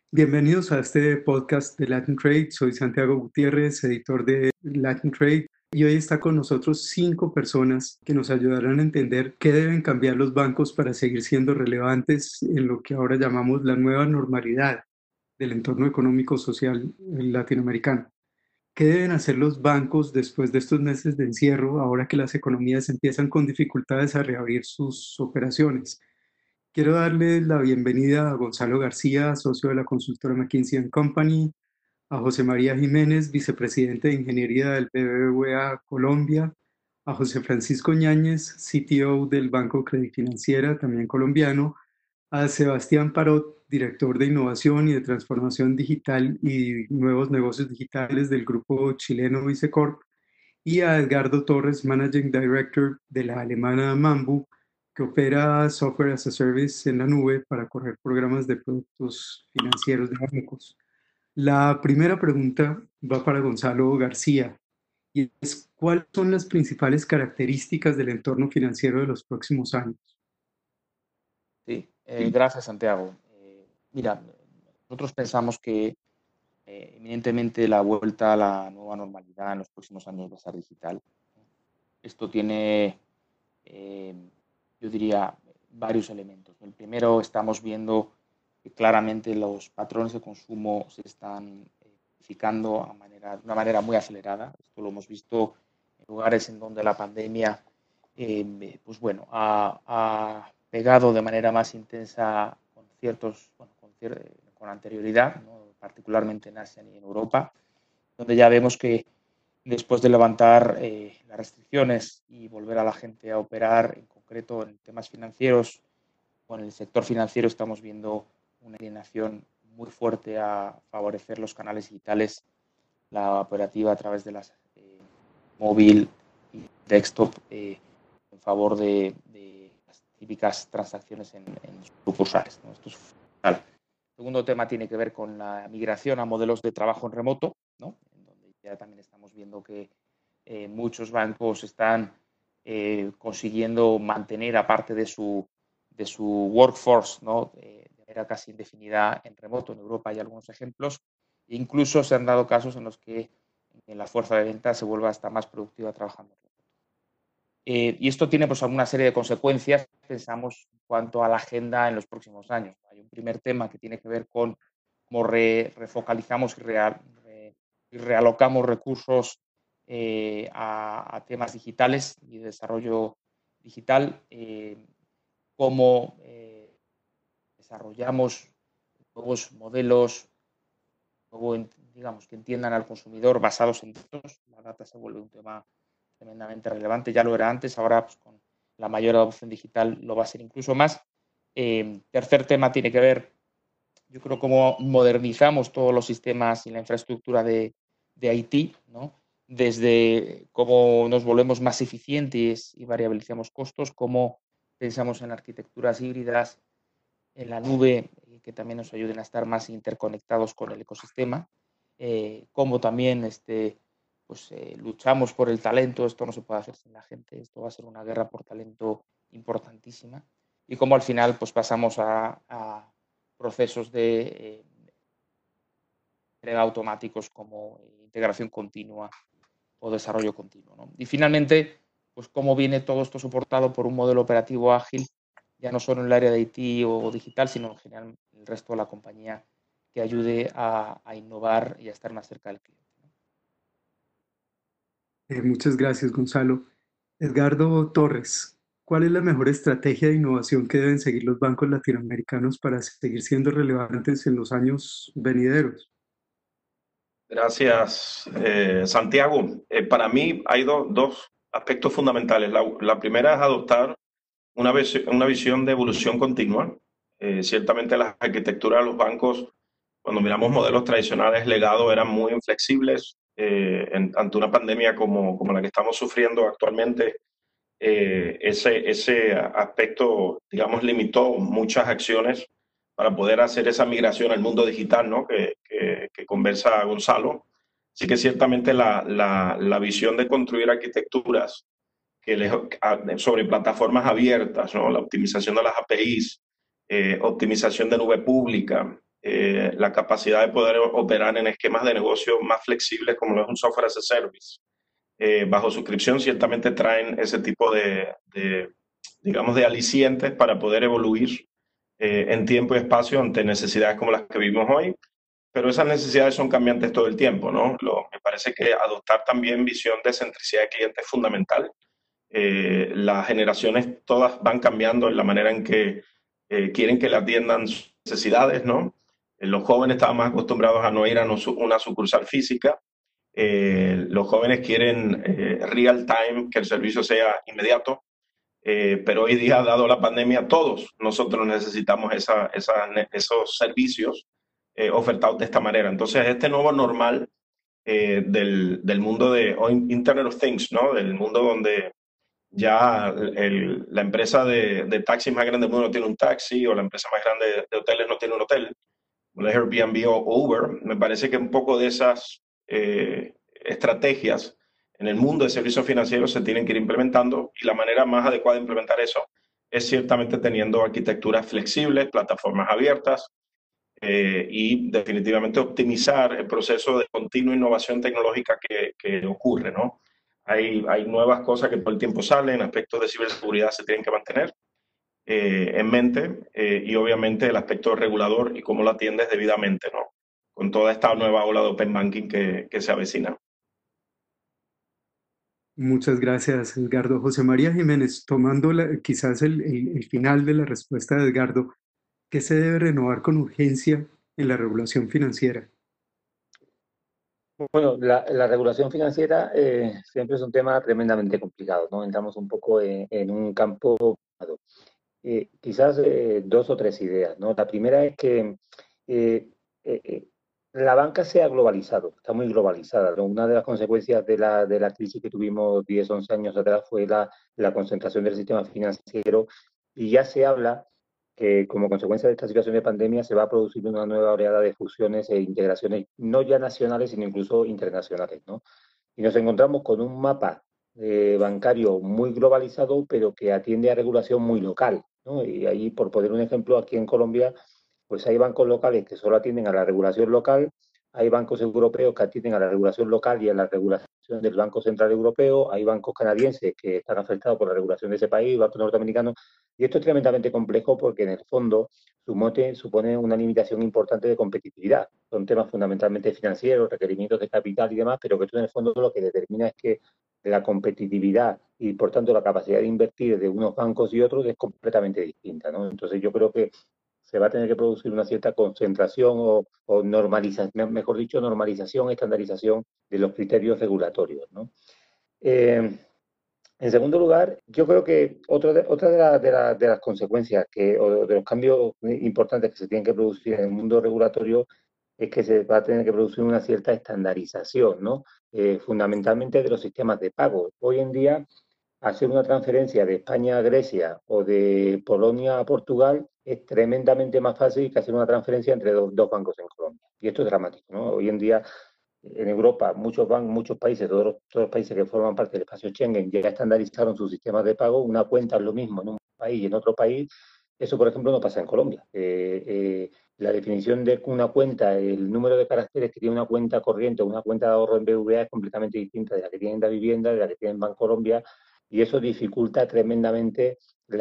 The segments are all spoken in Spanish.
Bienvenidos a este podcast de Latin Trade. Soy Santiago Gutiérrez, editor de Latin Trade, y hoy está con nosotros 5 personas que nos ayudarán a entender qué deben cambiar los bancos para seguir siendo relevantes en lo que ahora llamamos la nueva normalidad del entorno económico social latinoamericano. ¿Qué deben hacer los bancos después de estos meses de encierro, ahora que las economías empiezan con dificultades a reabrir sus operaciones? Quiero darle la bienvenida a Gonzalo García, socio de la consultora McKinsey & Company, a José María Jiménez, vicepresidente de Ingeniería del BBVA Colombia, a José Francisco Ñáñez, CTO del Banco Credifinanciera, también colombiano, a Sebastián Parot, director de Innovación y de Transformación Digital y Nuevos Negocios Digitales del grupo chileno Vicecorp, y a Edgardo Torres, Managing Director de la alemana Mambu, que opera Software as a Service en la nube para correr programas de productos financieros de bancos. La primera pregunta va para Gonzalo García y es: ¿cuáles son las principales características del entorno financiero de los próximos años? Sí, gracias, Santiago. Mira, nosotros pensamos que eminentemente la vuelta a la nueva normalidad en los próximos años va a ser digital. Esto tiene, eh, yo diría, varios elementos. El primero, estamos viendo que claramente los patrones de consumo se están modificando de una manera muy acelerada. Esto lo hemos visto en lugares en donde la pandemia pues bueno, ha pegado de manera más intensa con con anterioridad, ¿no? Particularmente en Asia y en Europa, donde ya vemos que después de levantar las restricciones y volver a la gente a operar, en concreto en temas financieros o en el sector financiero, estamos viendo una inclinación muy fuerte a favorecer los canales digitales, la operativa a través de las móvil y desktop, en favor de las típicas transacciones en sucursales, ¿no? Esto es fundamental. El segundo tema tiene que ver con la migración a modelos de trabajo en remoto, ¿no? En donde ya también estamos viendo que muchos bancos están consiguiendo mantener aparte de su workforce, ¿no? De manera casi indefinida en remoto. En Europa hay algunos ejemplos. E incluso se han dado casos en los que la fuerza de venta se vuelva hasta más productiva trabajando. Y esto tiene pues alguna serie de consecuencias, pensamos, en cuanto a la agenda en los próximos años. Hay un primer tema que tiene que ver con cómo refocalizamos y realocamos recursos a temas digitales y de desarrollo digital, cómo desarrollamos nuevos modelos, digamos, que entiendan al consumidor basados en datos. La data se vuelve un tema tremendamente relevante, ya lo era antes, ahora pues, con la mayor adopción digital lo va a ser incluso más. Tercer tema tiene que ver, yo creo, cómo modernizamos todos los sistemas y la infraestructura de IT, ¿no? Desde cómo nos volvemos más eficientes y variabilizamos costos, cómo pensamos en arquitecturas híbridas en la nube, que también nos ayuden a estar más interconectados con el ecosistema, cómo también luchamos por el talento. Esto no se puede hacer sin la gente, esto va a ser una guerra por talento importantísima, y cómo al final pues pasamos a procesos de entrega automáticos como integración continua o desarrollo continuo, ¿no? Y finalmente, pues cómo viene todo esto soportado por un modelo operativo ágil, ya no solo en el área de IT o digital, sino en general en el resto de la compañía, que ayude a innovar y a estar más cerca del cliente. Muchas gracias, Gonzalo. Edgardo Torres, ¿cuál es la mejor estrategia de innovación que deben seguir los bancos latinoamericanos para seguir siendo relevantes en los años venideros? Gracias, Santiago. Para mí hay dos aspectos fundamentales. La primera es adoptar una visión de evolución continua. Ciertamente las arquitecturas de los bancos, cuando miramos modelos tradicionales legados, eran muy inflexibles. Ante una pandemia como la que estamos sufriendo actualmente, ese aspecto, digamos, limitó muchas acciones para poder hacer esa migración al mundo digital, ¿no? Que conversa Gonzalo. Así que ciertamente la visión de construir arquitecturas sobre plataformas abiertas, ¿no? La optimización de las APIs, optimización de nube pública, la capacidad de poder operar en esquemas de negocio más flexibles como lo es un software as a service. Bajo suscripción ciertamente traen ese tipo digamos, de alicientes para poder evoluir en tiempo y espacio ante necesidades como las que vivimos hoy, pero esas necesidades son cambiantes todo el tiempo, ¿no? Me parece que adoptar también visión de centricidad de cliente es fundamental. Las generaciones todas van cambiando en la manera en que quieren que le atiendan sus necesidades, ¿no? Los jóvenes estaban más acostumbrados a no ir a una sucursal física. Los jóvenes quieren real time, que el servicio sea inmediato. Pero hoy día, dado la pandemia, todos nosotros necesitamos esos servicios ofertados de esta manera. Entonces, este nuevo normal del mundo de Internet of Things, ¿no? Del mundo donde ya la empresa de taxis más grande del mundo no tiene un taxi, o la empresa más grande de hoteles no tiene un hotel, como es Airbnb o Uber. Me parece que un poco de esas estrategias en el mundo de servicios financieros se tienen que ir implementando, y la manera más adecuada de implementar eso es ciertamente teniendo arquitecturas flexibles, plataformas abiertas, y definitivamente optimizar el proceso de continua innovación tecnológica que ocurre, ¿no? Hay nuevas cosas que todo el tiempo salen, aspectos de ciberseguridad se tienen que mantener en mente, y obviamente el aspecto regulador y cómo lo atiendes debidamente, ¿no? Con toda esta nueva ola de open banking que se avecina. Muchas gracias, Edgardo. José María Jiménez, tomando quizás el final de la respuesta de Edgardo, ¿qué se debe renovar con urgencia en la regulación financiera? Bueno, la regulación financiera siempre es un tema tremendamente complicado, ¿no? Entramos un poco en un campo. Quizás dos o tres ideas, ¿no? La primera es que eh, eh, la banca se ha globalizado, está muy globalizada, ¿no? Una de las consecuencias de la crisis que tuvimos 10, 11 años atrás fue la concentración del sistema financiero, y ya se habla que como consecuencia de esta situación de pandemia se va a producir una nueva oleada de fusiones e integraciones, no ya nacionales, sino incluso internacionales, ¿no? Y nos encontramos con un mapa bancario muy globalizado, pero que atiende a regulación muy local, ¿no? Y ahí, por poner un ejemplo, aquí en Colombia, pues hay bancos locales que solo atienden a la regulación local, hay bancos europeos que atienden a la regulación local y a la regulación del Banco Central Europeo, hay bancos canadienses que están afectados por la regulación de ese país, bancos norteamericanos, y esto es tremendamente complejo porque en el fondo supone una limitación importante de competitividad. Son temas fundamentalmente financieros, requerimientos de capital y demás, pero que esto en el fondo lo que determina es que la competitividad y por tanto la capacidad de invertir de unos bancos y otros es completamente distinta, ¿no? Entonces yo creo que se va a tener que producir una cierta concentración o normalización, mejor dicho, normalización, estandarización de los criterios regulatorios, ¿no? En segundo lugar, yo creo que otra de las consecuencias o de los cambios importantes que se tienen que producir en el mundo regulatorio es que se va a tener que producir una cierta estandarización, ¿no? Fundamentalmente de los sistemas de pago. Hoy en día, hacer una transferencia de España a Grecia o de Polonia a Portugal es tremendamente más fácil que hacer una transferencia entre dos bancos en Colombia. Y esto es dramático, ¿no? Hoy en día, en Europa, muchos países, todos los países que forman parte del espacio Schengen ya estandarizaron sus sistemas de pago. Una cuenta es lo mismo en un país y en otro país. Eso, por ejemplo, no pasa en Colombia. La definición de una cuenta, el número de caracteres que tiene una cuenta corriente o una cuenta de ahorro en BVA es completamente distinta de la que tiene en la vivienda, de la que tiene en Bancolombia, y eso dificulta tremendamente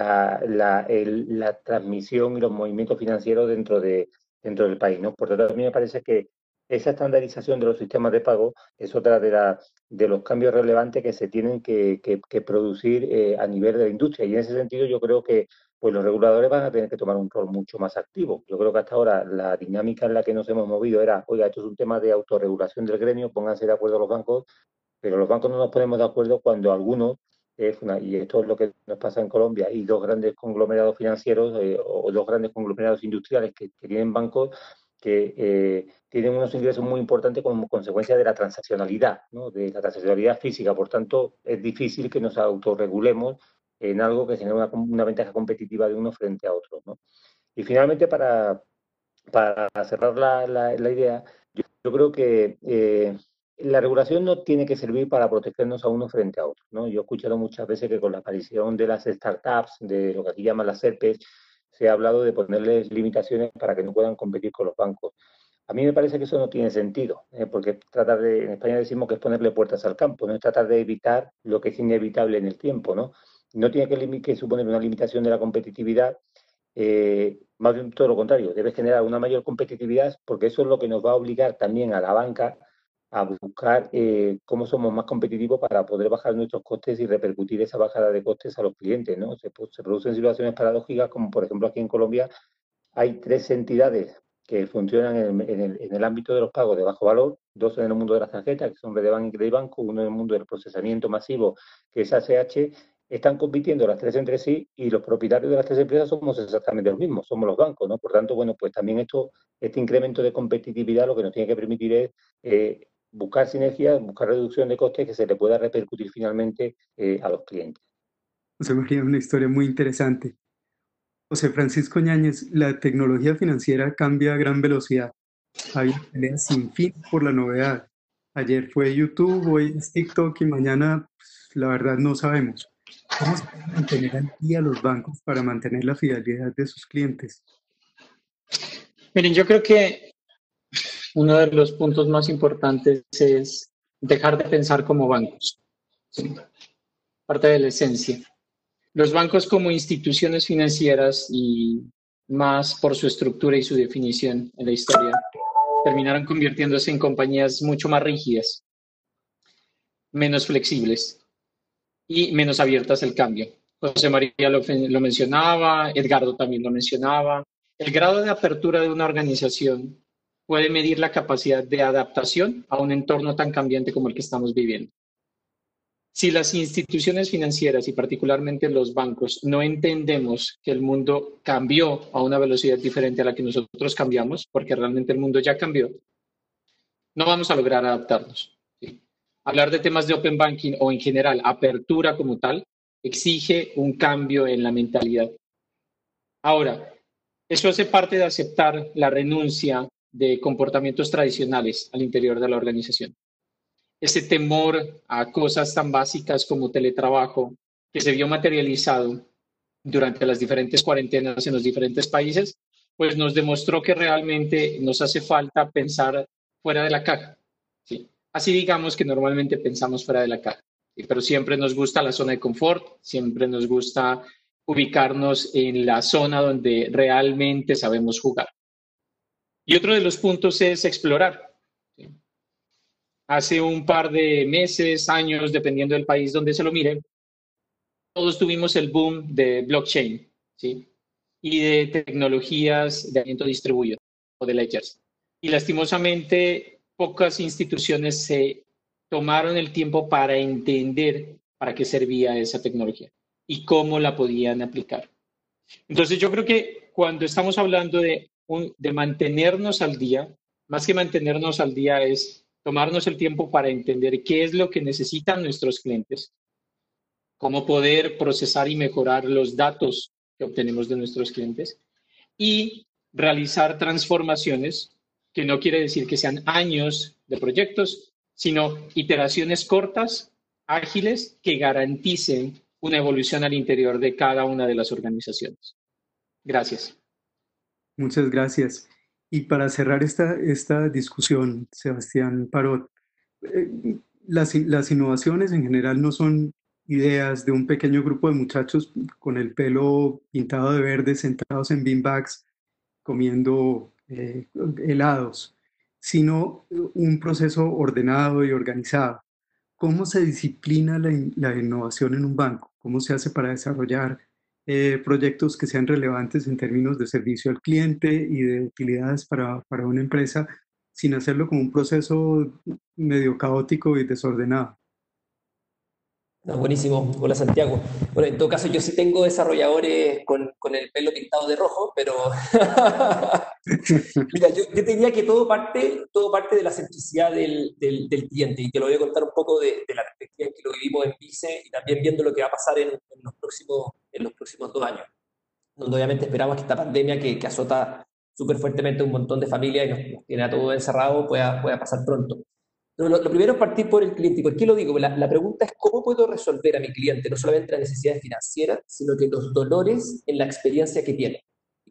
la transmisión y los movimientos financieros dentro del país, ¿no? Por lo tanto, a mí me parece que esa estandarización de los sistemas de pago es otra de los cambios relevantes que se tienen que producir a nivel de la industria. Y en ese sentido yo creo que pues los reguladores van a tener que tomar un rol mucho más activo. Yo creo que hasta ahora la dinámica en la que nos hemos movido era, oiga, esto es un tema de autorregulación del gremio, pónganse de acuerdo los bancos, pero los bancos no nos ponemos de acuerdo cuando algunos, y esto es lo que nos pasa en Colombia, y dos grandes conglomerados financieros o dos grandes conglomerados industriales que tienen bancos que tienen unos ingresos muy importantes como consecuencia de la transaccionalidad, ¿no? De la transaccionalidad física. Por tanto, es difícil que nos autorregulemos en algo que genera una ventaja competitiva de uno frente a otro, ¿no? Y finalmente, para cerrar la idea, yo creo que la regulación no tiene que servir para protegernos a uno frente a otro, ¿no? Yo he escuchado muchas veces que con la aparición de las startups, de lo que aquí llaman las SERPes, se ha hablado de ponerles limitaciones para que no puedan competir con los bancos. A mí me parece que eso no tiene sentido, porque en España decimos que es ponerle puertas al campo, no es tratar de evitar lo que es inevitable en el tiempo, ¿no? No tiene que suponer una limitación de la competitividad, más bien todo lo contrario, debe generar una mayor competitividad porque eso es lo que nos va a obligar también a la banca a buscar cómo somos más competitivos para poder bajar nuestros costes y repercutir esa bajada de costes a los clientes, ¿no? Se producen situaciones paradójicas como, por ejemplo, aquí en Colombia hay 3 entidades que funcionan en el ámbito de los pagos de bajo valor, 2 en el mundo de las tarjetas, que son Redeban y Credibanco, uno en el mundo del procesamiento masivo, que es ACH. Están compitiendo las 3 entre sí y los propietarios de las 3 empresas somos exactamente los mismos, somos los bancos, ¿no? Por tanto, bueno, pues también este incremento de competitividad lo que nos tiene que permitir es buscar sinergias, buscar reducción de costes que se le pueda repercutir finalmente a los clientes. José María, una historia muy interesante. José Francisco Ñáñez, la tecnología financiera cambia a gran velocidad. Hay una pelea sin fin por la novedad. Ayer fue YouTube, hoy es TikTok y mañana, pues, la verdad no sabemos. ¿Cómo se pueden mantener al día los bancos para mantener la fidelidad de sus clientes? Miren, yo creo que uno de los puntos más importantes es dejar de pensar como bancos. ¿Sí? Parte de la esencia. Los bancos como instituciones financieras y más por su estructura y su definición en la historia terminaron convirtiéndose en compañías mucho más rígidas, menos flexibles y menos abiertas al cambio. José María lo mencionaba, Edgardo también lo mencionaba. El grado de apertura de una organización puede medir la capacidad de adaptación a un entorno tan cambiante como el que estamos viviendo. Si las instituciones financieras y particularmente los bancos no entendemos que el mundo cambió a una velocidad diferente a la que nosotros cambiamos, porque realmente el mundo ya cambió, no vamos a lograr adaptarnos. ¿Sí? Hablar de temas de open banking o en general apertura como tal exige un cambio en la mentalidad. Ahora, eso hace parte de aceptar la renuncia de comportamientos tradicionales al interior de la organización. Ese temor a cosas tan básicas como teletrabajo que se vio materializado durante las diferentes cuarentenas en los diferentes países, pues nos demostró que realmente nos hace falta pensar fuera de la caja. ¿Sí? Así digamos que normalmente pensamos fuera de la caja, ¿sí? Pero siempre nos gusta la zona de confort, siempre nos gusta ubicarnos en la zona donde realmente sabemos jugar. Y otro de los puntos es explorar. ¿Sí? Hace un par de meses, años, dependiendo del país donde se lo mire, todos tuvimos el boom de blockchain, ¿sí? Y de tecnologías de aislamiento distribuido o de ledgers. Y lastimosamente, pocas instituciones se tomaron el tiempo para entender para qué servía esa tecnología y cómo la podían aplicar. Entonces, yo creo que cuando estamos hablando de mantenernos al día, más que mantenernos al día es tomarnos el tiempo para entender qué es lo que necesitan nuestros clientes, cómo poder procesar y mejorar los datos que obtenemos de nuestros clientes y realizar transformaciones, que no quiere decir que sean años de proyectos, sino iteraciones cortas, ágiles, que garanticen una evolución al interior de cada una de las organizaciones. Gracias. Muchas gracias. Y para cerrar esta discusión, Sebastián Parot, las innovaciones en general no son ideas de un pequeño grupo de muchachos con el pelo pintado de verde sentados en beanbags comiendo helados, sino un proceso ordenado y organizado. ¿Cómo se disciplina la innovación en un banco? ¿Cómo se hace para desarrollar proyectos que sean relevantes en términos de servicio al cliente y de utilidades para una empresa sin hacerlo como un proceso medio caótico y desordenado? No, buenísimo. Hola Santiago. Bueno, en todo caso yo sí tengo desarrolladores con el pelo pintado de rojo, pero mira, yo te diría que todo parte de la centricidad del cliente y te lo voy a contar un poco de la perspectiva en que lo vivimos en Vice y también viendo lo que va a pasar en los próximos 2 años, donde obviamente esperamos que esta pandemia que azota súper fuertemente a un montón de familias y nos tiene a todos encerrados pueda pasar pronto. Pero lo primero es partir por el cliente. ¿Y por qué lo digo? La pregunta es cómo puedo resolver a mi cliente no solamente las necesidades financieras, sino que los dolores en la experiencia que tiene.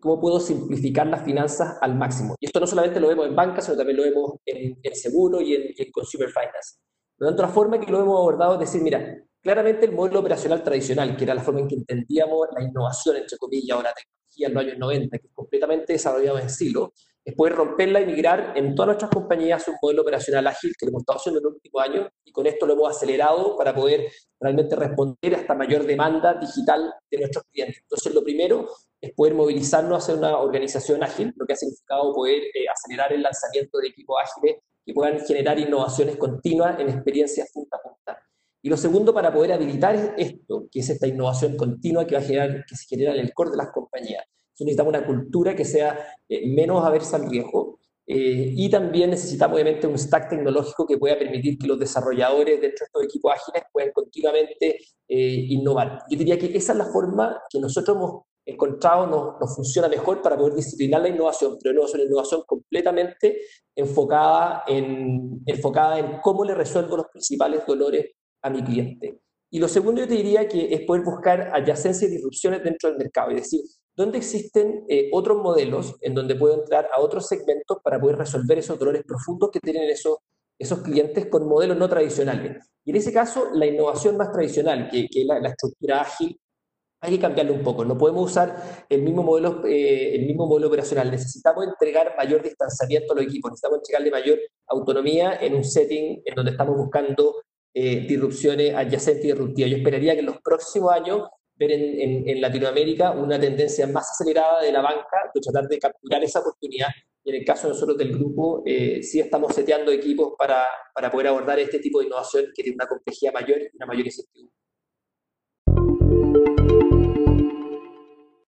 cómo puedo simplificar las finanzas al máximo. Y esto no solamente lo vemos en banca, sino también lo vemos en seguro y en consumer finance. Por lo tanto, la forma que lo hemos abordado es decir, mira, claramente el modelo operacional tradicional, que era la forma en que entendíamos la innovación, entre comillas, o la tecnología en los años 90, que es completamente desarrollado en silo, es poder romperla y migrar en todas nuestras compañías a un modelo operacional ágil que lo hemos estado haciendo en los últimos años, y con esto lo hemos acelerado para poder realmente responder a esta mayor demanda digital de nuestros clientes. Entonces, lo primero es poder movilizarnos a hacer una organización ágil, lo que ha significado poder acelerar el lanzamiento de equipos ágiles que puedan generar innovaciones continuas en experiencias punta a punta. Y lo segundo, para poder habilitar esto, que es esta innovación continua que va a generar, que se genera en el core de las compañías. Necesitamos una cultura que sea menos aversa al riesgo, y también necesitamos obviamente un stack tecnológico que pueda permitir que los desarrolladores dentro de estos equipos ágiles puedan continuamente innovar. Yo diría que esa es la forma que nosotros hemos encontrado nos funciona mejor para poder disciplinar la innovación, pero no es una innovación completamente enfocada en cómo le resuelvo los principales dolores a mi cliente. Y lo segundo yo te diría que es poder buscar adyacencias y disrupciones dentro del mercado, es decir, dónde existen otros modelos en donde puedo entrar a otros segmentos para poder resolver esos dolores profundos que tienen esos clientes con modelos no tradicionales. Y en ese caso, la innovación más tradicional, que es la estructura ágil, hay que cambiarlo un poco. No podemos usar el mismo modelo operacional. Necesitamos entregar mayor distanciamiento a los equipos, necesitamos entregarle mayor autonomía en un setting en donde estamos buscando disrupciones adyacentes y disruptivas. Yo esperaría que en los próximos años ver en Latinoamérica una tendencia más acelerada de la banca, de tratar de capturar esa oportunidad. Y en el caso de nosotros del grupo, sí estamos seteando equipos para poder abordar este tipo de innovación que tiene una complejidad mayor y una mayor incertidumbre.